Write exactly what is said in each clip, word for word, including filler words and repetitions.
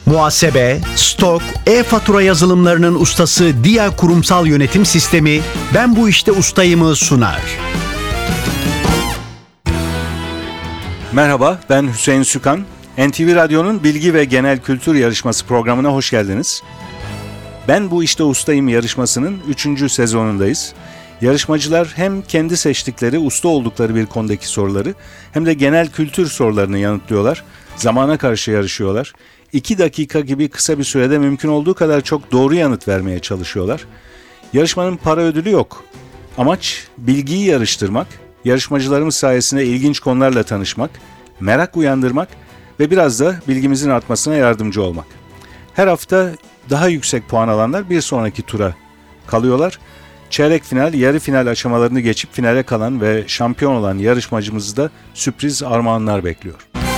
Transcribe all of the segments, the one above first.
Muhasebe, stok, e-fatura yazılımlarının ustası Dia Kurumsal Yönetim Sistemi Ben Bu İşte Ustayım'ı sunar. Merhaba, ben Hüseyin Sükan. N T V Radyo'nun Bilgi ve Genel Kültür Yarışması programına hoş geldiniz. Ben Bu İşte Ustayım yarışmasının üçüncü sezonundayız. Yarışmacılar hem kendi seçtikleri, usta oldukları bir konudaki soruları hem de genel kültür sorularını yanıtlıyorlar. Zamana karşı yarışıyorlar. İki dakika gibi kısa bir sürede mümkün olduğu kadar çok doğru yanıt vermeye çalışıyorlar. Yarışmanın para ödülü yok. Amaç bilgiyi yarıştırmak, yarışmacılarımız sayesinde ilginç konularla tanışmak, merak uyandırmak ve biraz da bilgimizin artmasına yardımcı olmak. Her hafta daha yüksek puan alanlar bir sonraki tura kalıyorlar. Çeyrek final, yarı final aşamalarını geçip finale kalan ve şampiyon olan yarışmacımızı da sürpriz armağanlar bekliyor.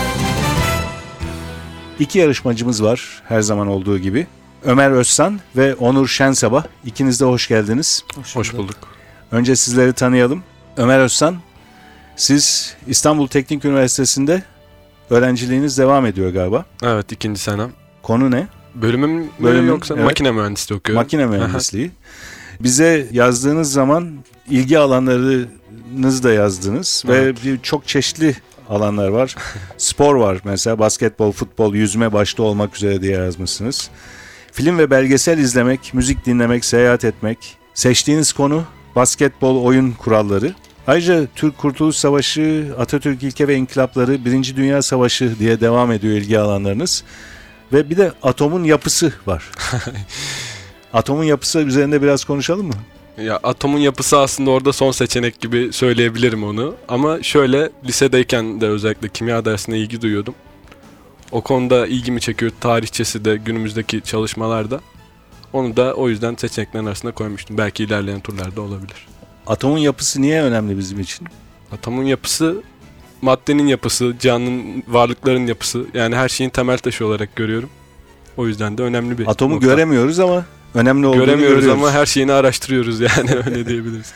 İki yarışmacımız var her zaman olduğu gibi. Ömer Özsan ve Onur Şensabah. İkiniz de hoş geldiniz. Hoş, hoş bulduk. Önce sizleri tanıyalım. Ömer Özsan, siz İstanbul Teknik Üniversitesi'nde öğrenciliğiniz devam ediyor galiba. Evet, ikinci senem. Konu ne? Bölümüm, Bölümüm yoksa evet. Makine mühendisliği okuyorum. Makine mühendisliği. Bize yazdığınız zaman ilgi alanlarınızı da yazdınız evet. Ve çok çeşitli alanlar var. Spor var mesela, basketbol, futbol, yüzme başta olmak üzere diye yazmışsınız. Film ve belgesel izlemek, müzik dinlemek, seyahat etmek. Seçtiğiniz konu basketbol oyun kuralları. Ayrıca Türk Kurtuluş Savaşı, Atatürk ilke ve inkılapları, Birinci Dünya Savaşı diye devam ediyor ilgi alanlarınız. Ve bir de atomun yapısı var. Atomun yapısı üzerinde biraz konuşalım mı? Ya atomun yapısı aslında orada son seçenek gibi söyleyebilirim onu. Ama şöyle, lisedeyken de özellikle kimya dersine ilgi duyuyordum. O konuda ilgimi çekiyor, tarihçesi de günümüzdeki çalışmalarda. Onu da o yüzden seçeneklerin arasında koymuştum. Belki ilerleyen turlarda olabilir. Atomun yapısı niye önemli bizim için? Atomun yapısı, maddenin yapısı, canlının, varlıkların yapısı. Yani her şeyin temel taşı olarak görüyorum. O yüzden de önemli bir Atomu nokta. Göremiyoruz ama önemli olduğunu Göremiyoruz görüyoruz. ama her şeyini araştırıyoruz yani öyle diyebiliriz.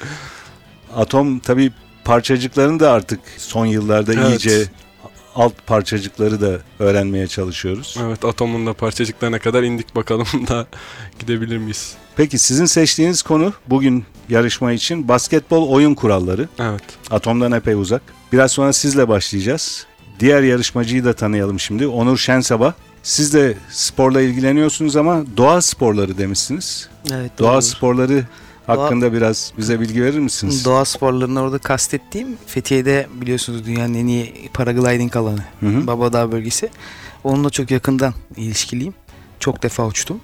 Atom tabii parçacıklarını da artık son yıllarda evet. iyice alt parçacıkları da öğrenmeye çalışıyoruz. Evet, atomun da parçacıklarına kadar indik, bakalım da gidebilir miyiz? Peki sizin seçtiğiniz konu bugün yarışma için basketbol oyun kuralları. Evet. Atomdan epey uzak. Biraz sonra sizle başlayacağız. Diğer yarışmacıyı da tanıyalım şimdi. Onur Şensabah. Siz de sporla ilgileniyorsunuz ama doğa sporları demişsiniz. Evet. Doğa doğru. sporları hakkında doğa, biraz bize bilgi verir misiniz? Doğa sporlarını orada kastettiğim, Fethiye'de biliyorsunuz dünyanın en iyi paragliding alanı. Hı hı. Babadağ bölgesi. Onunla çok yakından ilişkiliyim. Çok defa uçtum.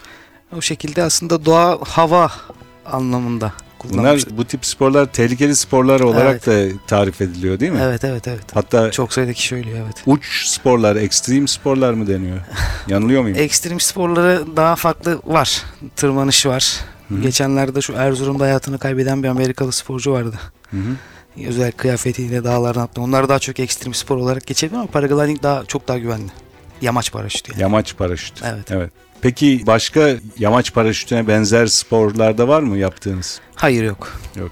O şekilde aslında doğa, hava anlamında kullanmıştım. Bunlar, bu tip sporlar tehlikeli sporlar olarak evet. da tarif ediliyor değil mi? Evet evet evet. Hatta çok sayıda kişi söylüyor evet. Uç sporlar, ekstrem sporlar mı deniyor? Yanılıyor muyum? Ekstrem sporları daha farklı var. Tırmanış var. Hı-hı. Geçenlerde şu Erzurum'da hayatını kaybeden bir Amerikalı sporcu vardı. Hı-hı. Özel kıyafetiyle dağlardan attı. Onlar daha çok ekstrem spor olarak geçebilir ama paragliding daha çok daha güvenli. Yamaç paraşütü yani. Yamaç paraşütü. Evet. Evet. Peki başka yamaç paraşütüne benzer sporlarda var mı yaptığınız? Hayır, yok. Yok.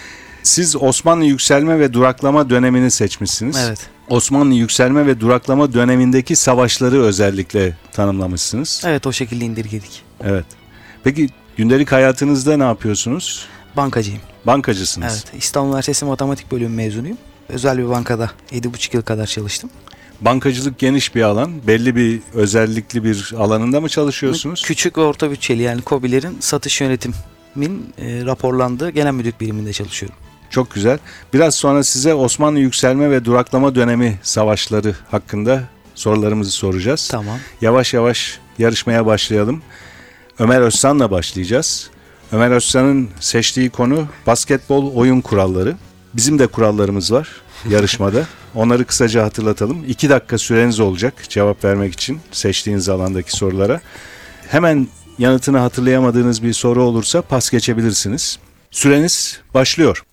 Siz Osmanlı yükselme ve duraklama dönemini seçmişsiniz. Evet. Osmanlı yükselme ve duraklama dönemindeki savaşları özellikle tanımlamışsınız. Evet, o şekilde indirgedik. Evet. Peki gündelik hayatınızda ne yapıyorsunuz? Bankacıyım. Bankacısınız. Evet. İstanbul Üniversitesi Matematik Bölümü mezunuyum. Özel bir bankada yedi buçuk yıl kadar çalıştım. Bankacılık geniş bir alan. Belli bir özellikli bir alanında mı çalışıyorsunuz? Küçük ve orta bütçeli, yani KOBİ'lerin satış yönetimin e, raporlandığı genel müdürlük biriminde çalışıyorum. Çok güzel. Biraz sonra size Osmanlı yükselme ve duraklama dönemi savaşları hakkında sorularımızı soracağız. Tamam. Yavaş yavaş yarışmaya başlayalım. Ömer Özsan'la başlayacağız. Ömer Özsan'ın seçtiği konu basketbol oyun kuralları. Bizim de kurallarımız var yarışmada. Onları kısaca hatırlatalım. İki dakika süreniz olacak cevap vermek için seçtiğiniz alandaki sorulara. Hemen yanıtını hatırlayamadığınız bir soru olursa pas geçebilirsiniz. Süreniz başlıyor.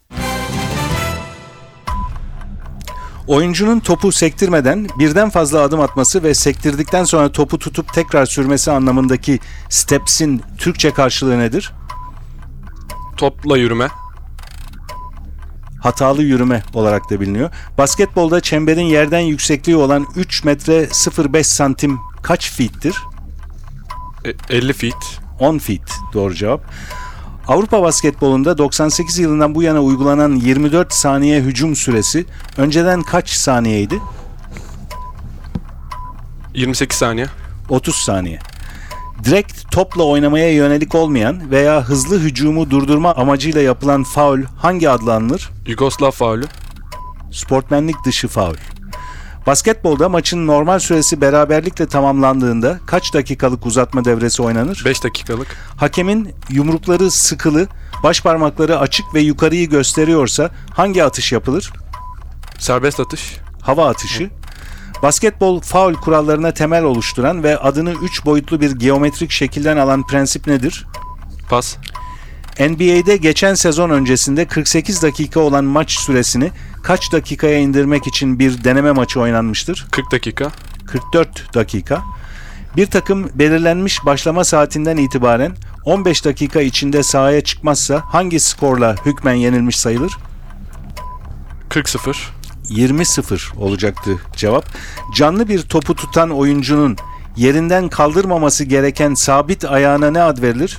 Oyuncunun topu sektirmeden birden fazla adım atması ve sektirdikten sonra topu tutup tekrar sürmesi anlamındaki steps'in Türkçe karşılığı nedir? Topla yürüme. Hatalı yürüme olarak da biliniyor. Basketbolda çemberin yerden yüksekliği olan üç metre sıfır beş santim kaç feet'tir? E, elli feet. on feet doğru cevap. Avrupa basketbolunda doksan sekiz yılından bu yana uygulanan yirmi dört saniye hücum süresi önceden kaç saniyeydi? yirmi sekiz saniye. otuz saniye. Direkt topla oynamaya yönelik olmayan veya hızlı hücumu durdurma amacıyla yapılan faul hangi adla anılır? Yugoslav faulü. Sportmenlik dışı faul. Basketbolda maçın normal süresi beraberlikle tamamlandığında kaç dakikalık uzatma devresi oynanır? beş dakikalık. Hakemin yumrukları sıkılı, baş parmakları açık ve yukarıyı gösteriyorsa hangi atış yapılır? Serbest atış. Hava atışı. Basketbol faul kurallarına temel oluşturan ve adını üç boyutlu bir geometrik şekilden alan prensip nedir? Pas. N B A'de geçen sezon öncesinde kırk sekiz dakika olan maç süresini kaç dakikaya indirmek için bir deneme maçı oynanmıştır? kırk dakika. kırk dört dakika. Bir takım belirlenmiş başlama saatinden itibaren on beş dakika içinde sahaya çıkmazsa hangi skorla hükmen yenilmiş sayılır? kırk sıfır. yirmi sıfır olacaktı cevap. Canlı bir topu tutan oyuncunun yerinden kaldırmaması gereken sabit ayağına ne ad verilir?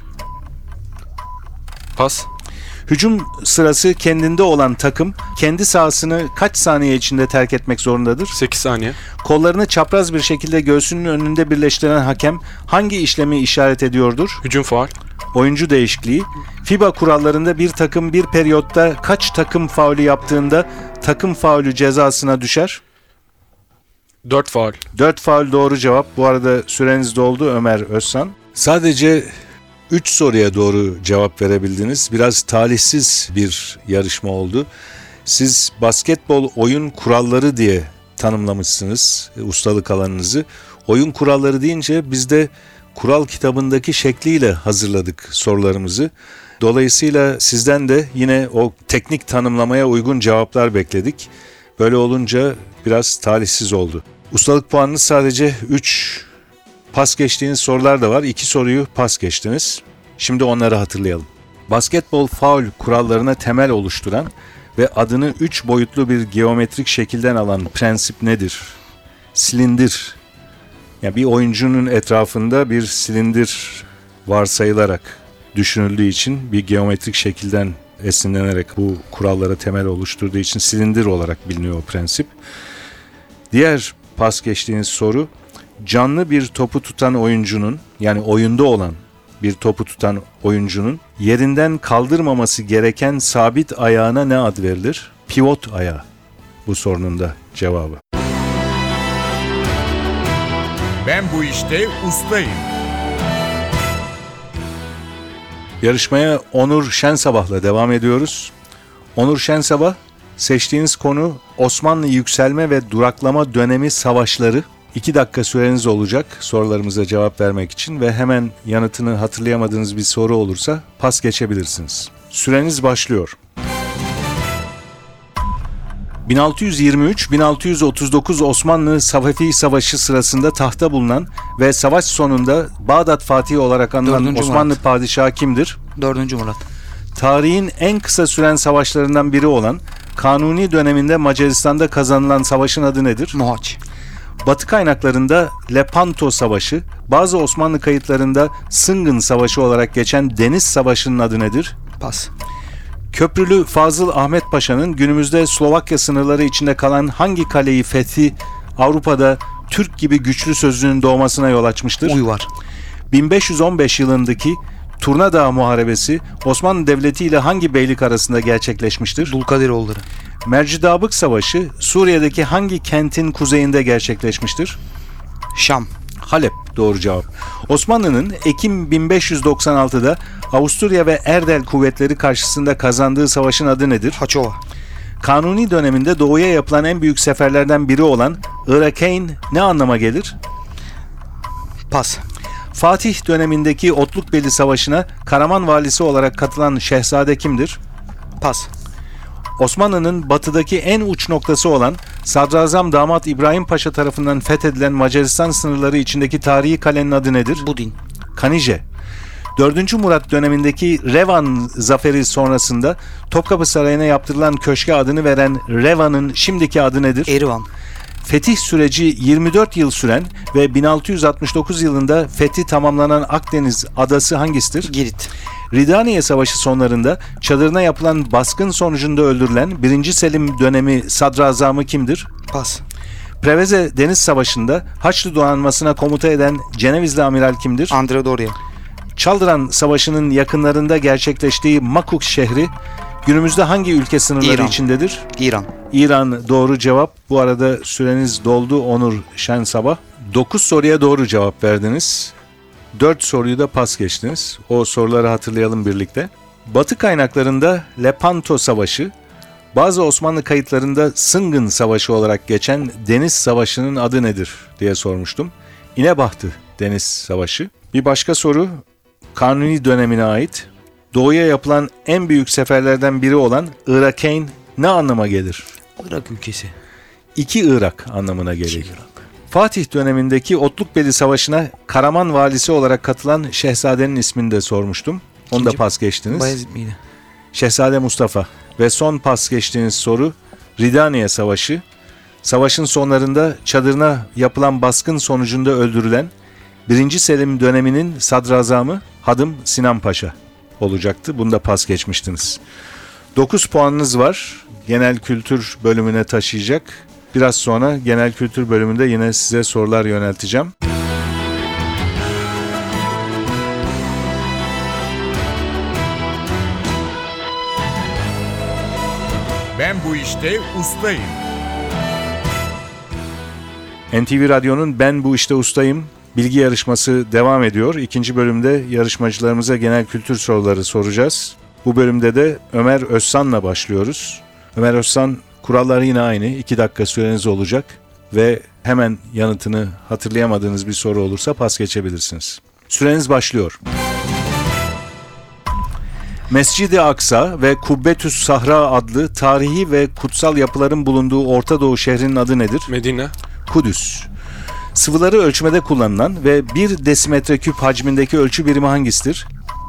Pas. Hücum sırası kendinde olan takım kendi sahasını kaç saniye içinde terk etmek zorundadır? sekiz saniye. Kollarını çapraz bir şekilde göğsünün önünde birleştiren hakem hangi işlemi işaret ediyordur? Hücum faul. Oyuncu değişikliği. FIBA kurallarında bir takım bir periyotta kaç takım faulü yaptığında takım faulü cezasına düşer? dört faul. dört faul doğru cevap. Bu arada süreniz doldu Ömer Özsan. Sadece üç soruya doğru cevap verebildiniz. Biraz talihsiz bir yarışma oldu. Siz basketbol oyun kuralları diye tanımlamışsınız ustalık alanınızı. Oyun kuralları deyince biz de kural kitabındaki şekliyle hazırladık sorularımızı. Dolayısıyla sizden de yine o teknik tanımlamaya uygun cevaplar bekledik. Böyle olunca biraz talihsiz oldu. Ustalık puanınız sadece üç. Pas geçtiğiniz sorular da var. iki soruyu pas geçtiniz. Şimdi onları hatırlayalım. Basketbol faul kurallarına temel oluşturan ve adını üç boyutlu bir geometrik şekilden alan prensip nedir? Silindir. Yani bir oyuncunun etrafında bir silindir varsayılarak düşünüldüğü için bir geometrik şekilden esinlenerek bu kurallara temel oluşturduğu için silindir olarak biliniyor o prensip. Diğer pas geçtiğiniz soru, canlı bir topu tutan oyuncunun, yani oyunda olan bir topu tutan oyuncunun yerinden kaldırmaması gereken sabit ayağına ne ad verilir? Pivot ayağı bu sorunun da cevabı. Ben bu işte ustayım. Yarışmaya Onur Şensabah'la devam ediyoruz. Onur Şensabah, seçtiğiniz konu Osmanlı yükselme ve duraklama dönemi savaşları. İki dakika süreniz olacak sorularımıza cevap vermek için ve hemen yanıtını hatırlayamadığınız bir soru olursa pas geçebilirsiniz. Süreniz başlıyor. bin altı yüz yirmi üç - bin altı yüz otuz dokuz Osmanlı Safevi Savaşı sırasında tahta bulunan ve savaş sonunda Bağdat Fatihi olarak anılan Dördüncü Osmanlı Murat. padişahı kimdir? dördüncü Murat. Tarihin en kısa süren savaşlarından biri olan Kanuni döneminde Macaristan'da kazanılan savaşın adı nedir? Mohaç. Batı kaynaklarında Lepanto Savaşı, bazı Osmanlı kayıtlarında Sıngın Savaşı olarak geçen Deniz Savaşı'nın adı nedir? Pas. Köprülü Fazıl Ahmet Paşa'nın günümüzde Slovakya sınırları içinde kalan hangi kaleyi fethi Avrupa'da Türk gibi güçlü sözünün doğmasına yol açmıştır? Uyvar. bin beş yüz on beş yılındaki Turnadağ Muharebesi Osmanlı Devleti ile hangi beylik arasında gerçekleşmiştir? Dulkadiroğulları. Mercidabık Savaşı Suriye'deki hangi kentin kuzeyinde gerçekleşmiştir? Şam. Halep doğru cevap. Osmanlı'nın Ekim bin beş yüz doksan altıda Avusturya ve Erdel kuvvetleri karşısında kazandığı savaşın adı nedir? Haçova. Kanuni döneminde doğuya yapılan en büyük seferlerden biri olan Irak'eyn ne anlama gelir? Pas. Fatih dönemindeki Otlukbeli Savaşı'na Karaman valisi olarak katılan şehzade kimdir? Pas. Osmanlı'nın batıdaki en uç noktası olan Sadrazam Damat İbrahim Paşa tarafından fethedilen Macaristan sınırları içindeki tarihi kalenin adı nedir? Budin. Kanije. dördüncü Murat dönemindeki Revan zaferi sonrasında Topkapı Sarayı'na yaptırılan köşke adını veren Revan'ın şimdiki adı nedir? Erivan. Fetih süreci yirmi dört yıl süren ve bin altı yüz altmış dokuz yılında fethi tamamlanan Akdeniz adası hangisidir? Girit. Ridaniye Savaşı sonlarında çadırına yapılan baskın sonucunda öldürülen birinci. Selim dönemi sadrazamı kimdir? Pas. Preveze Deniz Savaşı'nda Haçlı Donanması'na komuta eden Cenevizli amiral kimdir? Andre Doria. Çaldıran Savaşı'nın yakınlarında gerçekleştiği Makuk şehri günümüzde hangi ülke sınırları İran. içindedir? İran. İran doğru cevap. Bu arada süreniz doldu Onur Şen Sabah. dokuz soruya doğru cevap verdiniz. dört soruyu da pas geçtiniz. O soruları hatırlayalım birlikte. Batı kaynaklarında Lepanto Savaşı, bazı Osmanlı kayıtlarında Sıngın Savaşı olarak geçen Deniz Savaşı'nın adı nedir diye sormuştum. İnebahtı Deniz Savaşı. Bir başka soru Kanuni dönemine ait. Doğuya yapılan en büyük seferlerden biri olan Irakayn ne anlama gelir? Irak ülkesi. İki Irak anlamına gelir. Fatih dönemindeki Otlukbeli Savaşı'na Karaman valisi olarak katılan şehzadenin ismini de sormuştum. Onu da İkinci- pas geçtiniz. Bayezid miydi? Şehzade Mustafa. Ve son pas geçtiğiniz soru Ridaniye Savaşı. Savaşın sonlarında çadırına yapılan baskın sonucunda öldürülen birinci. Selim döneminin sadrazamı Hadım Sinan Paşa olacaktı. Bunu da pas geçmiştiniz. dokuz puanınız var. Genel kültür bölümüne taşıyacak. Biraz sonra genel kültür bölümünde yine size sorular yönelteceğim. Ben bu işte ustayım. N T V Radyo'nun Ben Bu İşte Ustayım bilgi yarışması devam ediyor. İkinci bölümde yarışmacılarımıza genel kültür soruları soracağız. Bu bölümde de Ömer Özsan'la başlıyoruz. Ömer Özsan, kurallar yine aynı. iki dakika süreniz olacak ve hemen yanıtını hatırlayamadığınız bir soru olursa pas geçebilirsiniz. Süreniz başlıyor. Mescid-i Aksa ve Kubbetüs Sahra adlı tarihi ve kutsal yapıların bulunduğu Orta Doğu şehrinin adı nedir? Medine. Kudüs. Sıvıları ölçmede kullanılan ve bir desimetre küp hacmindeki ölçü birimi hangisidir?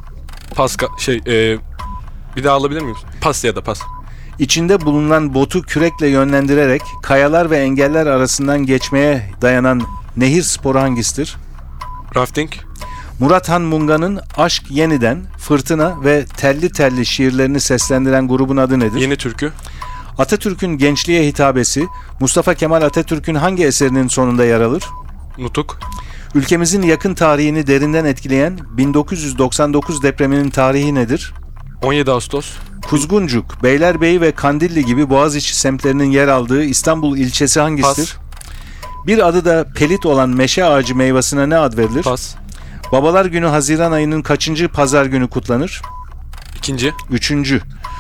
Pas şey e, bir daha alabilir miyim? Pas ya da pas. İçinde bulunan botu kürekle yönlendirerek kayalar ve engeller arasından geçmeye dayanan nehir sporu hangisidir? Rafting. Murat Han Munga'nın Aşk Yeniden, Fırtına ve Telli Telli şiirlerini seslendiren grubun adı nedir? Yeni türkü. Atatürk'ün gençliğe hitabesi Mustafa Kemal Atatürk'ün hangi eserinin sonunda yer alır? Nutuk. Ülkemizin yakın tarihini derinden etkileyen bin dokuz yüz doksan dokuz depreminin tarihi nedir? on yedi Ağustos. Kuzguncuk, Beylerbeyi ve Kandilli gibi Boğaziçi semtlerinin yer aldığı İstanbul ilçesi hangisidir? Pas. Bir adı da pelit olan meşe ağacı meyvasına ne ad verilir? Pas. Babalar Günü Haziran ayının kaçıncı pazar günü kutlanır? İkinci. Üçüncü.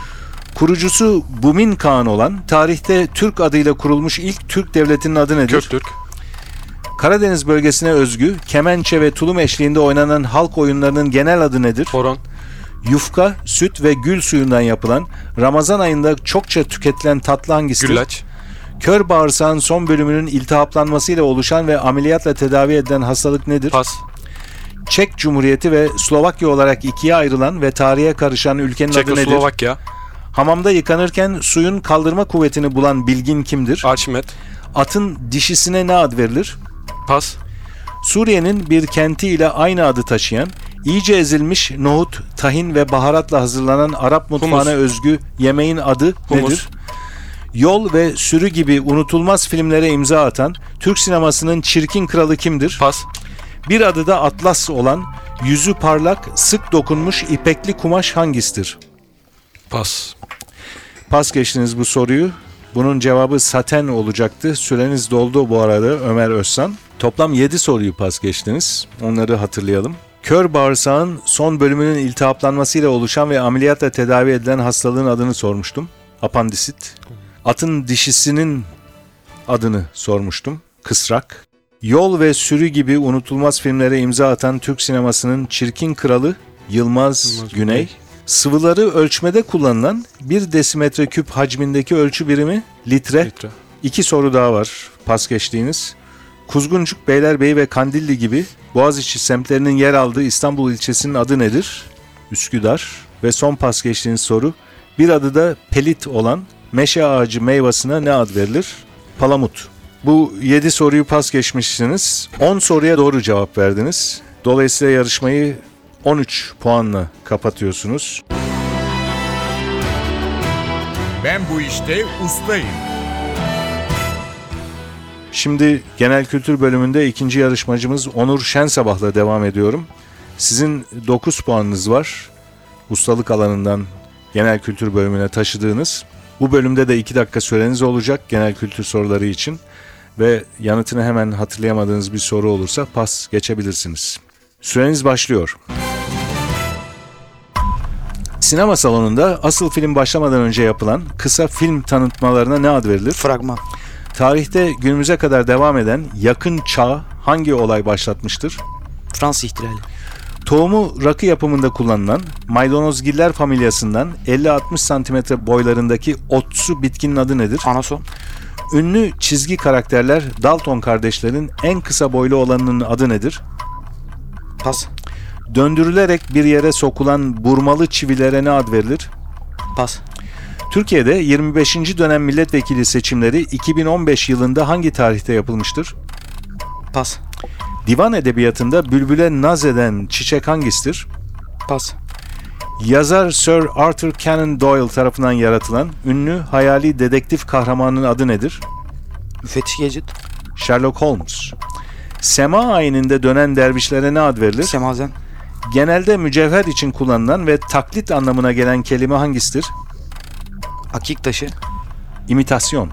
Kurucusu Bumin Kağan olan, tarihte Türk adıyla kurulmuş ilk Türk devletinin adı nedir? Göktürk. Karadeniz bölgesine özgü, kemençe ve tulum eşliğinde oynanan halk oyunlarının genel adı nedir? Horon. Yufka, süt ve gül suyundan yapılan, Ramazan ayında çokça tüketilen tatlı hangisidir? Güllaç. Kör bağırsağın son bölümünün iltihaplanmasıyla oluşan ve ameliyatla tedavi edilen hastalık nedir? Pas. Çek Cumhuriyeti ve Slovakya olarak ikiye ayrılan ve tarihe karışan ülkenin adı nedir? Çekoslovakya. Hamamda yıkanırken suyun kaldırma kuvvetini bulan bilgin kimdir? Arşimet. Atın dişisine ne ad verilir? Pas. Suriye'nin bir kenti ile aynı adı taşıyan, iyice ezilmiş nohut, tahin ve baharatla hazırlanan Arap mutfağına Humus. özgü yemeğin adı Humus. nedir? Yol ve Sürü gibi unutulmaz filmlere imza atan Türk sinemasının çirkin kralı kimdir? Pas. Bir adı da Atlas olan, yüzü parlak, sık dokunmuş ipekli kumaş hangisidir? Pas. Pas geçtiniz bu soruyu. Bunun cevabı saten olacaktı. Süreniz doldu bu arada Ömer Özsan. Toplam yedi soruyu pas geçtiniz. Onları hatırlayalım. Kör bağırsağın son bölümünün iltihaplanmasıyla oluşan ve ameliyatla tedavi edilen hastalığın adını sormuştum. Apandisit. Atın dişisinin adını sormuştum. Kısrak. Yol ve Sürü gibi unutulmaz filmlere imza atan Türk sinemasının çirkin kralı Yılmaz, Yılmaz Güney. Güney. Sıvıları ölçmede kullanılan bir desimetre küp hacmindeki ölçü birimi litre. Litre. İki soru daha var pas geçtiğiniz. Kuzguncuk, Beylerbeyi ve Kandilli gibi Boğaziçi semtlerinin yer aldığı İstanbul ilçesinin adı nedir? Üsküdar. Ve son pas geçtiğiniz soru. Bir adı da pelit olan meşe ağacı meyvasına ne ad verilir? Palamut. Bu yedi soruyu pas geçmişsiniz. on soruya doğru cevap verdiniz. Dolayısıyla yarışmayı on üç puanla kapatıyorsunuz. Ben bu işte ustayım. Şimdi genel kültür bölümünde ikinci yarışmacımız Onur Şensabah'la devam ediyorum. Sizin dokuz puanınız var. Ustalık alanından genel kültür bölümüne taşıdığınız. Bu bölümde de iki dakika süreniz olacak genel kültür soruları için. Ve yanıtını hemen hatırlayamadığınız bir soru olursa pas geçebilirsiniz. Süreniz başlıyor. Sinema salonunda asıl film başlamadan önce yapılan kısa film tanıtmalarına ne ad verilir? Fragman. Tarihte günümüze kadar devam eden yakın çağ hangi olay başlatmıştır? Fransız ihtilali. Tohumu rakı yapımında kullanılan maydanozgiller familyasından elli altmış santimetre boylarındaki otsu bitkinin adı nedir? Anason. Ünlü çizgi karakterler Dalton kardeşlerin en kısa boylu olanının adı nedir? Pas. Döndürülerek bir yere sokulan burmalı çivilere ne ad verilir? Pas. Türkiye'de yirmi beşinci dönem milletvekili seçimleri iki bin on beş yılında hangi tarihte yapılmıştır? Pas. Divan edebiyatında bülbüle naz eden çiçek hangisidir? Pas. Yazar Sir Arthur Conan Doyle tarafından yaratılan ünlü hayali dedektif kahramanının adı nedir? Müfettiş Gadget. Sherlock Holmes. Sema ayininde dönen dervişlere ne ad verilir? Semazen. Genelde mücevher için kullanılan ve taklit anlamına gelen kelime hangisidir? Akik taşı. İmitasyon.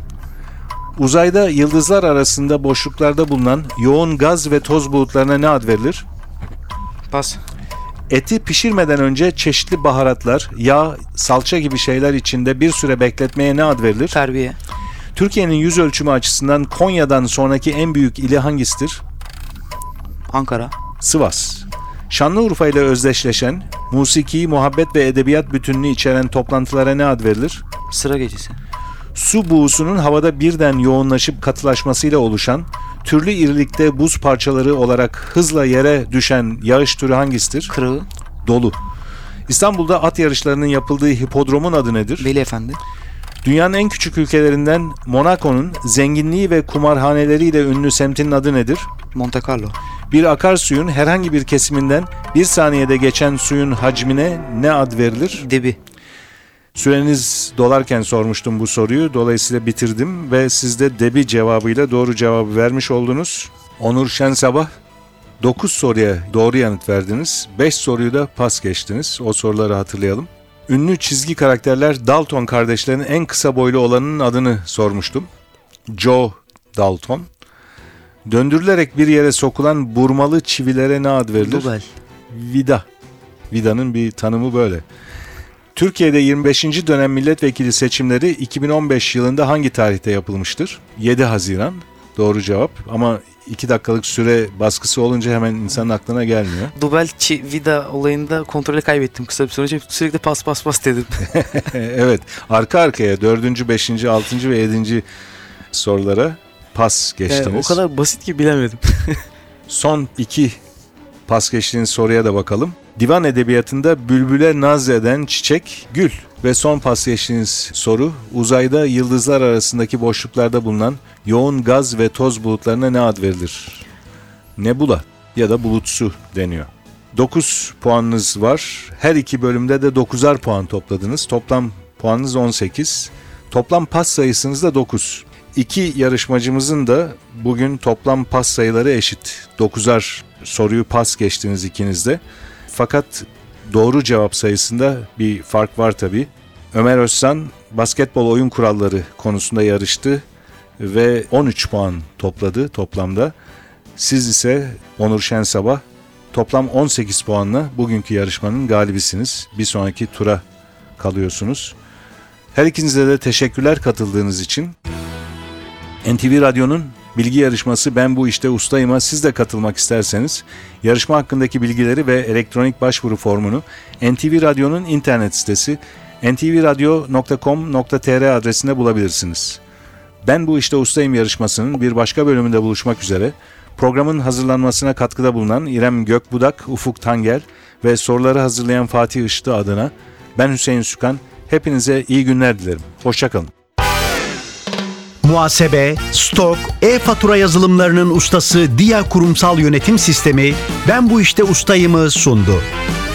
Uzayda yıldızlar arasında boşluklarda bulunan yoğun gaz ve toz bulutlarına ne ad verilir? Pas. Eti pişirmeden önce çeşitli baharatlar, yağ, salça gibi şeyler içinde bir süre bekletmeye ne ad verilir? Terbiye. Türkiye'nin yüz ölçümü açısından Konya'dan sonraki en büyük ili hangisidir? Ankara. Sivas. Şanlıurfa ile özdeşleşen, musiki, muhabbet ve edebiyat bütününü içeren toplantılara ne ad verilir? Sıra gecesi. Su buğusunun havada birden yoğunlaşıp katılaşmasıyla oluşan, türlü irilikte buz parçaları olarak hızla yere düşen yağış türü hangisidir? Kırığı. Dolu. İstanbul'da at yarışlarının yapıldığı hipodromun adı nedir? Veli Efendi. Dünyanın en küçük ülkelerinden Monaco'nun zenginliği ve kumarhaneleriyle ünlü semtinin adı nedir? Monte Carlo. Bir akarsuyun herhangi bir kesiminden bir saniyede geçen suyun hacmine ne ad verilir? Debi. Süreniz dolarken sormuştum bu soruyu. Dolayısıyla bitirdim ve siz de debi cevabıyla doğru cevabı vermiş oldunuz. Onur Şensabah dokuz soruya doğru yanıt verdiniz. beş soruyu da pas geçtiniz. O soruları hatırlayalım. Ünlü çizgi karakterler Dalton kardeşlerin en kısa boylu olanının adını sormuştum. Joe Dalton. Döndürülerek bir yere sokulan burmalı çivilere ne ad verilir? Dubel. Vida. Vida'nın bir tanımı böyle. Türkiye'de yirmi beşinci dönem milletvekili seçimleri iki bin on beş yılında hangi tarihte yapılmıştır? yedi Haziran. Doğru cevap ama iki dakikalık süre baskısı olunca hemen insanın aklına gelmiyor. Dubel Çi- Vida olayında kontrolü kaybettim kısa bir süre önce. Sürekli pas pas pas dedim. Evet, arka arkaya dördüncü, beşinci, altıncı ve yedinci sorulara pas geçtiniz. Yani o kadar basit ki bilemedim. Son iki pas geçtiğiniz soruya da bakalım. Divan edebiyatında bülbüle naz eden çiçek gül ve son pas geçtiğiniz soru uzayda yıldızlar arasındaki boşluklarda bulunan yoğun gaz ve toz bulutlarına ne ad verilir? Nebula ya da bulutsu deniyor. dokuz puanınız var. Her iki bölümde de dokuzar puan topladınız. Toplam puanınız on sekiz. Toplam pas sayısınız da dokuz. İki yarışmacımızın da bugün toplam pas sayıları eşit. dokuzar soruyu pas geçtiniz ikiniz de. Fakat doğru cevap sayısında bir fark var tabii. Ömer Özsan basketbol oyun kuralları konusunda yarıştı ve on üç puan topladı toplamda. Siz ise Onur Şensabah toplam on sekiz puanla bugünkü yarışmanın galibisiniz. Bir sonraki tura kalıyorsunuz. Her ikinize de teşekkürler katıldığınız için. N T V Radyo'nun bilgi yarışması Ben Bu İşte Ustayım'a siz de katılmak isterseniz yarışma hakkındaki bilgileri ve elektronik başvuru formunu N T V Radyo'nun internet sitesi en ti vi radyo nokta com nokta tr adresinde bulabilirsiniz. Ben Bu İşte Ustayım yarışmasının bir başka bölümünde buluşmak üzere. Programın hazırlanmasına katkıda bulunan İrem Gökbudak, Ufuk Tangel ve soruları hazırlayan Fatih Işıtı adına ben Hüseyin Sükan. Hepinize iyi günler dilerim. Hoşça kalın. Muhasebe, stok, e-fatura yazılımlarının ustası Dia Kurumsal Yönetim Sistemi Ben Bu İşte Ustayım'ı sundu.